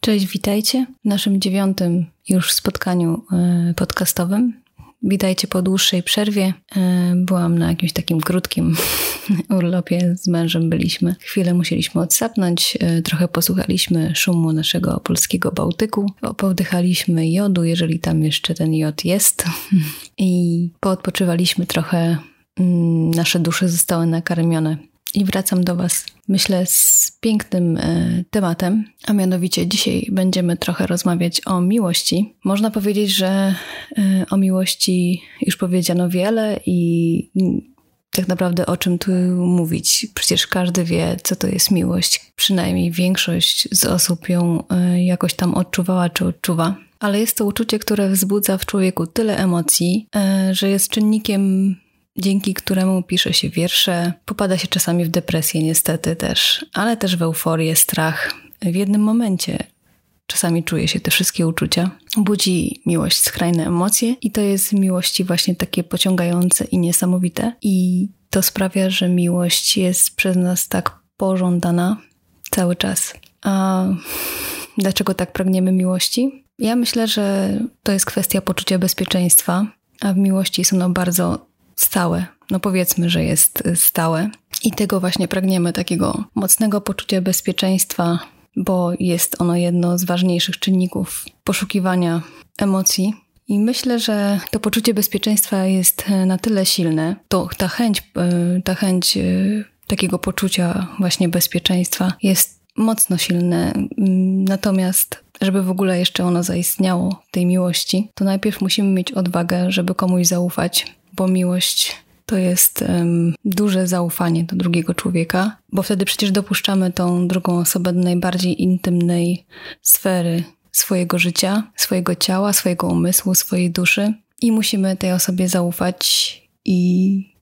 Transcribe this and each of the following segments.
Cześć, witajcie w naszym 9. już spotkaniu podcastowym. Witajcie po dłuższej przerwie. Byłam na jakimś takim krótkim urlopie, z mężem byliśmy. Chwilę musieliśmy odsapnąć, trochę posłuchaliśmy szumu naszego polskiego Bałtyku, powdychaliśmy jodu, jeżeli tam jeszcze ten jod jest i poodpoczywaliśmy trochę, nasze dusze zostały nakarmione. I wracam do Was, myślę, z pięknym tematem, a mianowicie dzisiaj będziemy trochę rozmawiać o miłości. Można powiedzieć, że o miłości już powiedziano wiele i tak naprawdę o czym tu mówić. Przecież każdy wie, co to jest miłość. Przynajmniej większość z osób ją jakoś tam odczuwała czy odczuwa. Ale jest to uczucie, które wzbudza w człowieku tyle emocji, że jest czynnikiem, dzięki któremu pisze się wiersze, popada się czasami w depresję niestety też, ale też w euforię, strach. W jednym momencie czasami czuje się te wszystkie uczucia. Budzi miłość skrajne emocje i to jest w miłości właśnie takie pociągające i niesamowite. I to sprawia, że miłość jest przez nas tak pożądana cały czas. A dlaczego tak pragniemy miłości? Ja myślę, że to jest kwestia poczucia bezpieczeństwa, a w miłości jest ono bardzo stałe. No powiedzmy, że jest stałe. I tego właśnie pragniemy, takiego mocnego poczucia bezpieczeństwa, bo jest ono jedno z ważniejszych czynników poszukiwania emocji. I myślę, że to poczucie bezpieczeństwa jest na tyle silne, ta chęć takiego poczucia właśnie bezpieczeństwa jest mocno silne. Natomiast żeby w ogóle jeszcze ono zaistniało, tej miłości, to najpierw musimy mieć odwagę, żeby komuś zaufać, bo miłość to jest duże zaufanie do drugiego człowieka, bo wtedy przecież dopuszczamy tą drugą osobę do najbardziej intymnej sfery swojego życia, swojego ciała, swojego umysłu, swojej duszy i musimy tej osobie zaufać i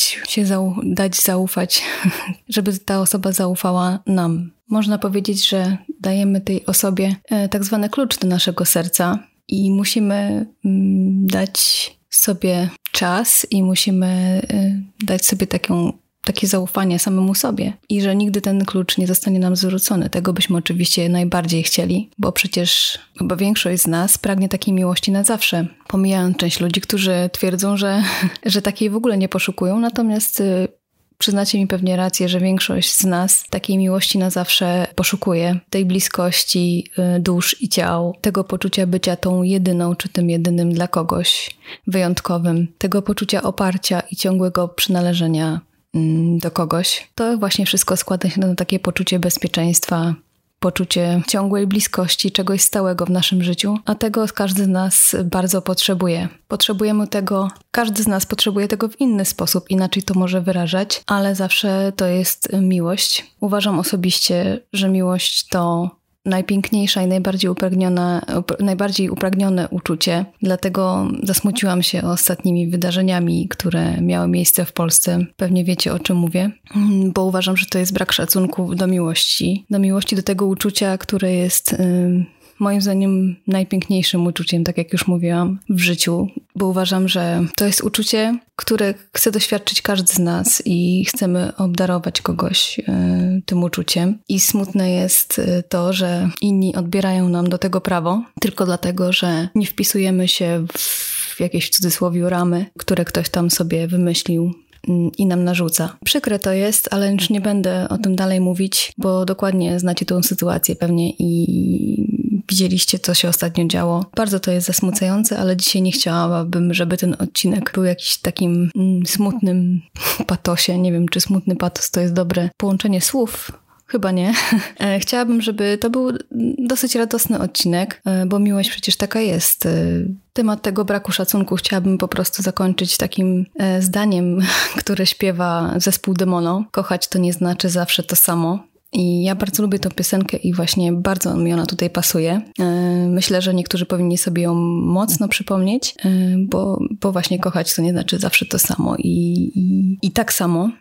dać zaufać, żeby ta osoba zaufała nam. Można powiedzieć, że dajemy tej osobie tak zwany klucz do naszego serca i musimy dać sobie czas i musimy dać sobie takie zaufanie samemu sobie i że nigdy ten klucz nie zostanie nam zwrócony. Tego byśmy oczywiście najbardziej chcieli, bo przecież chyba większość z nas pragnie takiej miłości na zawsze. Pomijając część ludzi, którzy twierdzą, że takiej w ogóle nie poszukują, natomiast przyznacie mi pewnie rację, że większość z nas takiej miłości na zawsze poszukuje. Tej bliskości dusz i ciał, tego poczucia bycia tą jedyną czy tym jedynym dla kogoś wyjątkowym, tego poczucia oparcia i ciągłego przynależenia do kogoś. To właśnie wszystko składa się na takie poczucie bezpieczeństwa, poczucie ciągłej bliskości, czegoś stałego w naszym życiu, a tego każdy z nas bardzo potrzebuje. Każdy z nas potrzebuje tego w inny sposób, inaczej to może wyrażać, ale zawsze to jest miłość. Uważam osobiście, że miłość to najpiękniejsza i najbardziej upragnione uczucie. Dlatego zasmuciłam się ostatnimi wydarzeniami, które miały miejsce w Polsce. Pewnie wiecie, o czym mówię, bo uważam, że to jest brak szacunku do miłości. Do tego uczucia, które jest moim zdaniem najpiękniejszym uczuciem, tak jak już mówiłam, w życiu, bo uważam, że to jest uczucie, które chce doświadczyć każdy z nas i chcemy obdarować kogoś tym uczuciem. I smutne jest to, że inni odbierają nam do tego prawo, tylko dlatego, że nie wpisujemy się w jakieś w cudzysłowie ramy, które ktoś tam sobie wymyślił i nam narzuca. Przykre to jest, ale już nie będę o tym dalej mówić, bo dokładnie znacie tą sytuację pewnie i widzieliście, co się ostatnio działo. Bardzo to jest zasmucające, ale dzisiaj nie chciałabym, żeby ten odcinek był jakiś takim smutnym patosie. Nie wiem, czy smutny patos to jest dobre połączenie słów. Chyba nie. Chciałabym, żeby to był dosyć radosny odcinek, bo miłość przecież taka jest. Temat tego braku szacunku chciałabym po prostu zakończyć takim zdaniem, które śpiewa zespół Demono. Kochać to nie znaczy zawsze to samo. I ja bardzo lubię tę piosenkę i właśnie bardzo mi ona tutaj pasuje. Myślę, że niektórzy powinni sobie ją mocno przypomnieć, bo właśnie kochać to nie znaczy zawsze to samo i tak samo.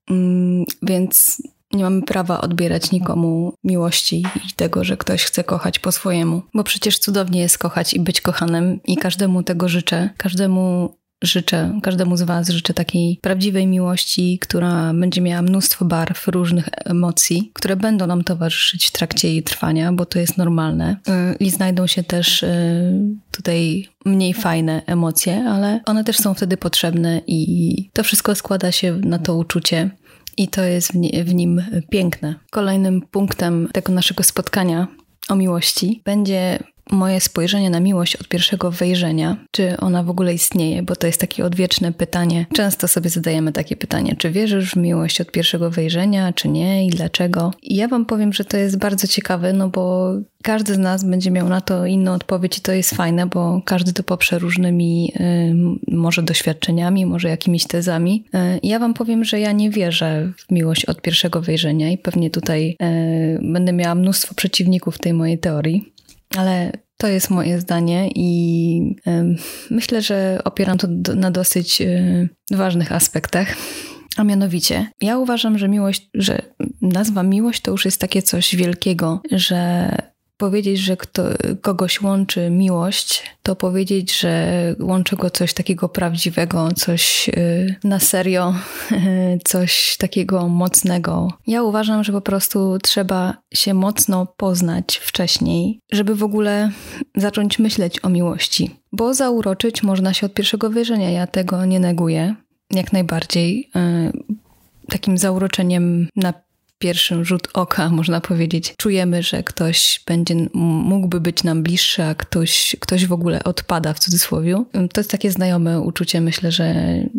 Więc nie mamy prawa odbierać nikomu miłości i tego, że ktoś chce kochać po swojemu. Bo przecież cudownie jest kochać i być kochanym i każdemu tego życzę. Każdemu każdemu z was życzę takiej prawdziwej miłości, która będzie miała mnóstwo barw, różnych emocji, które będą nam towarzyszyć w trakcie jej trwania, bo to jest normalne. I znajdą się też tutaj mniej fajne emocje, ale one też są wtedy potrzebne i to wszystko składa się na to uczucie. I to jest w nim piękne. Kolejnym punktem tego naszego spotkania o miłości będzie moje spojrzenie na miłość od pierwszego wejrzenia. Czy ona w ogóle istnieje? Bo to jest takie odwieczne pytanie. Często sobie zadajemy takie pytanie, czy wierzysz w miłość od pierwszego wejrzenia, czy nie i dlaczego? I ja wam powiem, że to jest bardzo ciekawe, no bo każdy z nas będzie miał na to inną odpowiedź i to jest fajne, bo każdy to poprze różnymi może doświadczeniami, może jakimiś tezami. Ja wam powiem, że ja nie wierzę w miłość od pierwszego wejrzenia i pewnie tutaj będę miała mnóstwo przeciwników tej mojej teorii. Ale to jest moje zdanie i myślę, że opieram to na dosyć ważnych aspektach. A mianowicie, ja uważam, że nazwa miłość to już jest takie coś wielkiego, że powiedzieć, że kogoś łączy miłość, to powiedzieć, że łączy go coś takiego prawdziwego, coś na serio, coś takiego mocnego. Ja uważam, że po prostu trzeba się mocno poznać wcześniej, żeby w ogóle zacząć myśleć o miłości. Bo zauroczyć można się od pierwszego wejrzenia, ja tego nie neguję, jak najbardziej. Takim zauroczeniem na pierwszy rzut oka, można powiedzieć, czujemy, że ktoś mógłby być nam bliższy, a ktoś w ogóle odpada w cudzysłowie. To jest takie znajome uczucie, myślę, że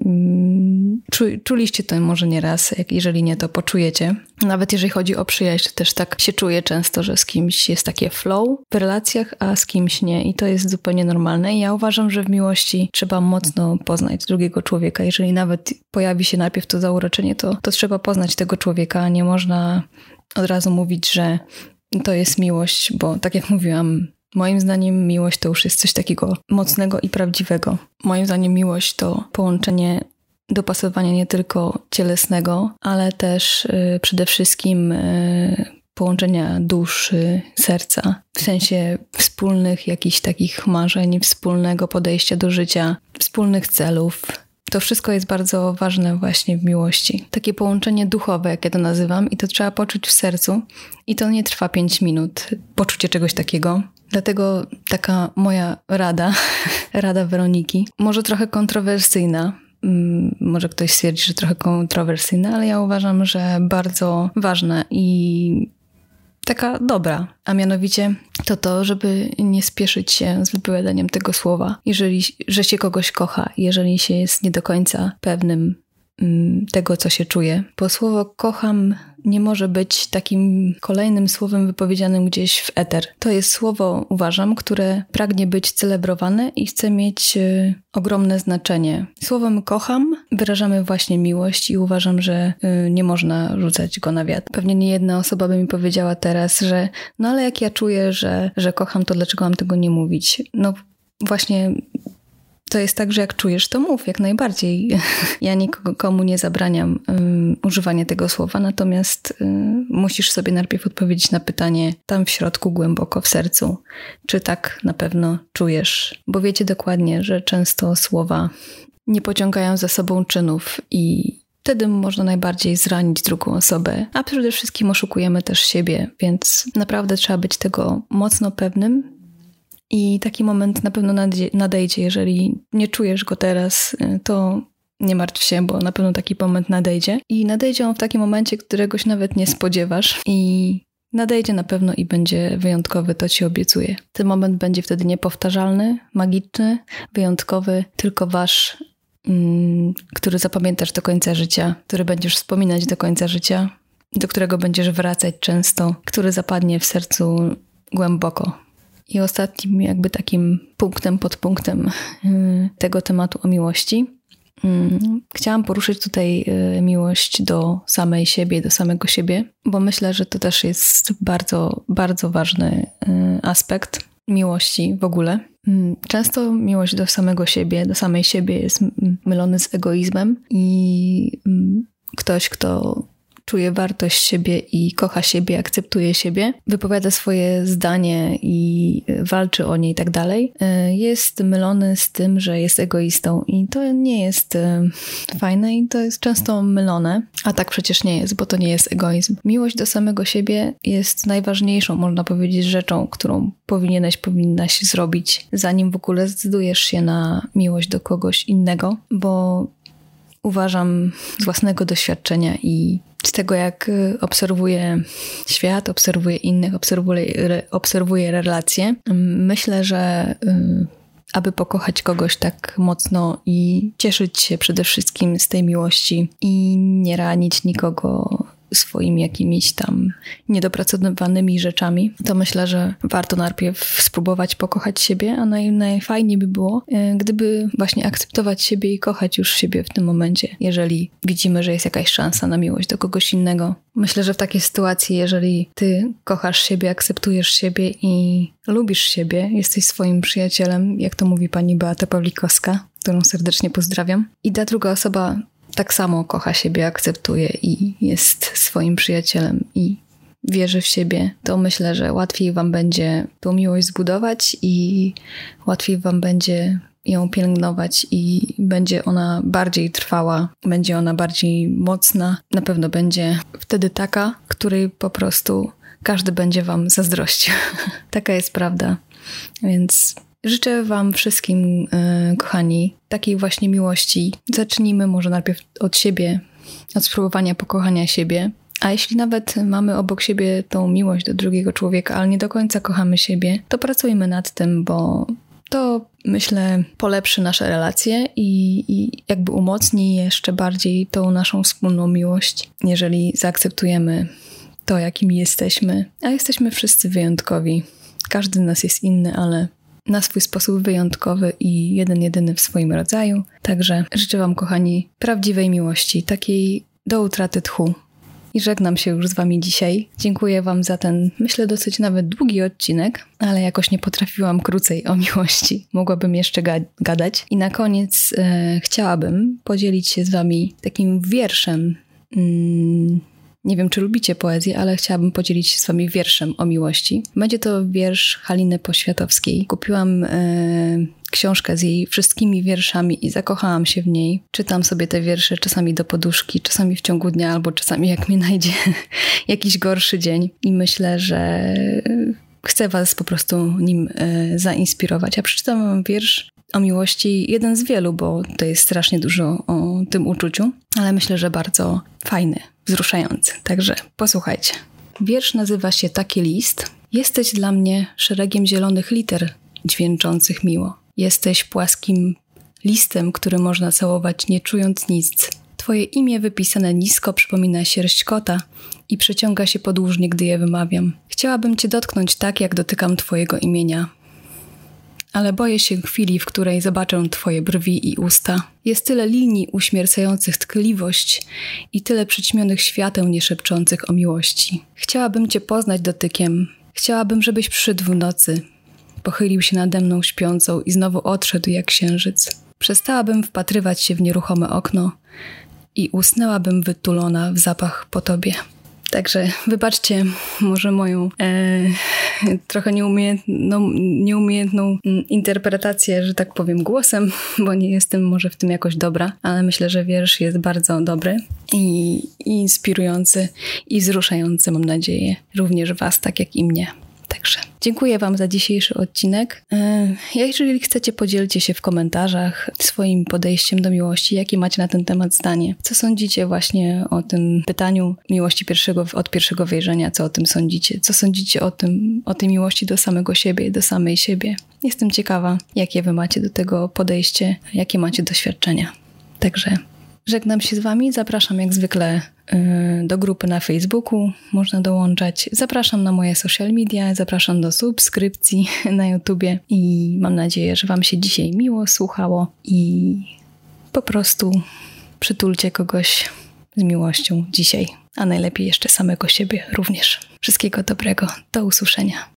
czuliście to może nieraz, jeżeli nie, to poczujecie. Nawet jeżeli chodzi o przyjaźń, to też tak się czuje często, że z kimś jest takie flow w relacjach, a z kimś nie i to jest zupełnie normalne. I ja uważam, że w miłości trzeba mocno poznać drugiego człowieka. Jeżeli nawet pojawi się najpierw to zauroczenie, to trzeba poznać tego człowieka. Nie można od razu mówić, że to jest miłość, bo tak jak mówiłam, moim zdaniem miłość to już jest coś takiego mocnego i prawdziwego. Moim zdaniem miłość to połączenie, dopasowania nie tylko cielesnego, ale też przede wszystkim połączenia duszy, serca, w sensie wspólnych jakichś takich marzeń, wspólnego podejścia do życia, wspólnych celów. To wszystko jest bardzo ważne właśnie w miłości. Takie połączenie duchowe, jak ja to nazywam, i to trzeba poczuć w sercu. I to nie trwa 5 minut, poczucie czegoś takiego. Dlatego taka moja rada Weroniki, może trochę kontrowersyjna, może ktoś stwierdzi, że trochę kontrowersyjna, ale ja uważam, że bardzo ważna i taka dobra, a mianowicie to, żeby nie spieszyć się z wypowiadaniem tego słowa, że się kogoś kocha, jeżeli się jest nie do końca pewnym tego, co się czuje. Bo słowo kocham nie może być takim kolejnym słowem wypowiedzianym gdzieś w eter. To jest słowo, uważam, które pragnie być celebrowane i chce mieć ogromne znaczenie. Słowem kocham wyrażamy właśnie miłość i uważam, że nie można rzucać go na wiatr. Pewnie nie jedna osoba by mi powiedziała teraz, że no ale jak ja czuję, że kocham, to dlaczego mam tego nie mówić? No właśnie to jest tak, że jak czujesz, to mów jak najbardziej. Ja nikomu nie zabraniam używania tego słowa, natomiast musisz sobie najpierw odpowiedzieć na pytanie tam w środku, głęboko w sercu, czy tak na pewno czujesz. Bo wiecie dokładnie, że często słowa nie pociągają za sobą czynów i wtedy można najbardziej zranić drugą osobę, a przede wszystkim oszukujemy też siebie, więc naprawdę trzeba być tego mocno pewnym. I taki moment na pewno nadejdzie. Jeżeli nie czujesz go teraz, to nie martw się, bo na pewno taki moment nadejdzie. I nadejdzie on w takim momencie, któregoś nawet nie spodziewasz. I nadejdzie na pewno i będzie wyjątkowy, to ci obiecuję. Ten moment będzie wtedy niepowtarzalny, magiczny, wyjątkowy, tylko wasz, który zapamiętasz do końca życia, który będziesz wspominać do końca życia, do którego będziesz wracać często, który zapadnie w sercu głęboko. I ostatnim jakby takim podpunktem tego tematu o miłości. Chciałam poruszyć tutaj miłość do samej siebie, do samego siebie, bo myślę, że to też jest bardzo, bardzo ważny aspekt miłości w ogóle. Często miłość do samego siebie, do samej siebie jest mylony z egoizmem i ktoś, kto czuje wartość siebie i kocha siebie, akceptuje siebie, wypowiada swoje zdanie i walczy o nie i tak dalej, jest mylony z tym, że jest egoistą i to nie jest fajne i to jest często mylone, a tak przecież nie jest, bo to nie jest egoizm. Miłość do samego siebie jest najważniejszą, można powiedzieć, rzeczą, którą powinnaś zrobić, zanim w ogóle zdecydujesz się na miłość do kogoś innego, bo uważam z własnego doświadczenia i z tego, jak obserwuję świat, obserwuję innych, obserwuję relacje, myślę, że aby pokochać kogoś tak mocno i cieszyć się przede wszystkim z tej miłości i nie ranić nikogo swoimi jakimiś tam niedopracowanymi rzeczami, to myślę, że warto najpierw spróbować pokochać siebie, a najfajniej by było, gdyby właśnie akceptować siebie i kochać już siebie w tym momencie, jeżeli widzimy, że jest jakaś szansa na miłość do kogoś innego. Myślę, że w takiej sytuacji, jeżeli ty kochasz siebie, akceptujesz siebie i lubisz siebie, jesteś swoim przyjacielem, jak to mówi pani Beata Pawlikowska, którą serdecznie pozdrawiam, i ta druga osoba tak samo kocha siebie, akceptuje i jest swoim przyjacielem i wierzy w siebie, to myślę, że łatwiej wam będzie tą miłość zbudować i łatwiej wam będzie ją pielęgnować i będzie ona bardziej trwała, będzie ona bardziej mocna. Na pewno będzie wtedy taka, której po prostu każdy będzie wam zazdrościł. Taka jest prawda. Więc życzę wam wszystkim, kochani, takiej właśnie miłości. Zacznijmy może najpierw od siebie, od spróbowania pokochania siebie. A jeśli nawet mamy obok siebie tą miłość do drugiego człowieka, ale nie do końca kochamy siebie, to pracujmy nad tym, bo to, myślę, polepszy nasze relacje i jakby umocni jeszcze bardziej tą naszą wspólną miłość, jeżeli zaakceptujemy to, jakimi jesteśmy. A jesteśmy wszyscy wyjątkowi. Każdy z nas jest inny, ale na swój sposób wyjątkowy i jedyny w swoim rodzaju. Także życzę wam, kochani, prawdziwej miłości, takiej do utraty tchu. I żegnam się już z wami dzisiaj. Dziękuję wam za ten, myślę, dosyć nawet długi odcinek, ale jakoś nie potrafiłam krócej o miłości. Mogłabym jeszcze gadać. I na koniec chciałabym podzielić się z wami takim wierszem. Nie wiem, czy lubicie poezję, ale chciałabym podzielić się z wami wierszem o miłości. Będzie to wiersz Haliny Poświatowskiej. Kupiłam książkę z jej wszystkimi wierszami i zakochałam się w niej. Czytam sobie te wiersze czasami do poduszki, czasami w ciągu dnia, albo czasami jak mnie najdzie jakiś gorszy dzień. I myślę, że chcę was po prostu nim zainspirować. A przeczytam wam wiersz o miłości, jeden z wielu, bo to jest strasznie dużo o tym uczuciu, ale myślę, że bardzo fajny, wzruszający. Także posłuchajcie. Wiersz nazywa się Taki list. Jesteś dla mnie szeregiem zielonych liter, dźwięczących miło. Jesteś płaskim listem, który można całować, nie czując nic. Twoje imię wypisane nisko przypomina sierść kota i przeciąga się podłużnie, gdy je wymawiam. Chciałabym cię dotknąć tak, jak dotykam twojego imienia. Ale boję się chwili, w której zobaczę twoje brwi i usta. Jest tyle linii uśmiercających tkliwość i tyle przyćmionych świateł nieszepczących o miłości. Chciałabym cię poznać dotykiem. Chciałabym, żebyś przyszedł w nocy. Pochylił się nade mną śpiącą i znowu odszedł jak księżyc. Przestałabym wpatrywać się w nieruchome okno i usnęłabym wytulona w zapach po tobie. Także wybaczcie może moją trochę nieumiejętną interpretację, że tak powiem, głosem, bo nie jestem może w tym jakoś dobra, ale myślę, że wiersz jest bardzo dobry i inspirujący i wzruszający, mam nadzieję, również was, tak jak i mnie. Także dziękuję wam za dzisiejszy odcinek. Jeżeli chcecie, podzielcie się w komentarzach swoim podejściem do miłości, jakie macie na ten temat zdanie. Co sądzicie właśnie o tym pytaniu miłości od pierwszego wejrzenia? Co o tym sądzicie? Co sądzicie o tej miłości do samego siebie, do samej siebie? Jestem ciekawa, jakie wy macie do tego podejście, jakie macie doświadczenia. Także żegnam się z wami, zapraszam jak zwykle do grupy na Facebooku, można dołączać. Zapraszam na moje social media, zapraszam do subskrypcji na YouTubie i mam nadzieję, że wam się dzisiaj miło słuchało i po prostu przytulcie kogoś z miłością dzisiaj, a najlepiej jeszcze samego siebie również. Wszystkiego dobrego, do usłyszenia.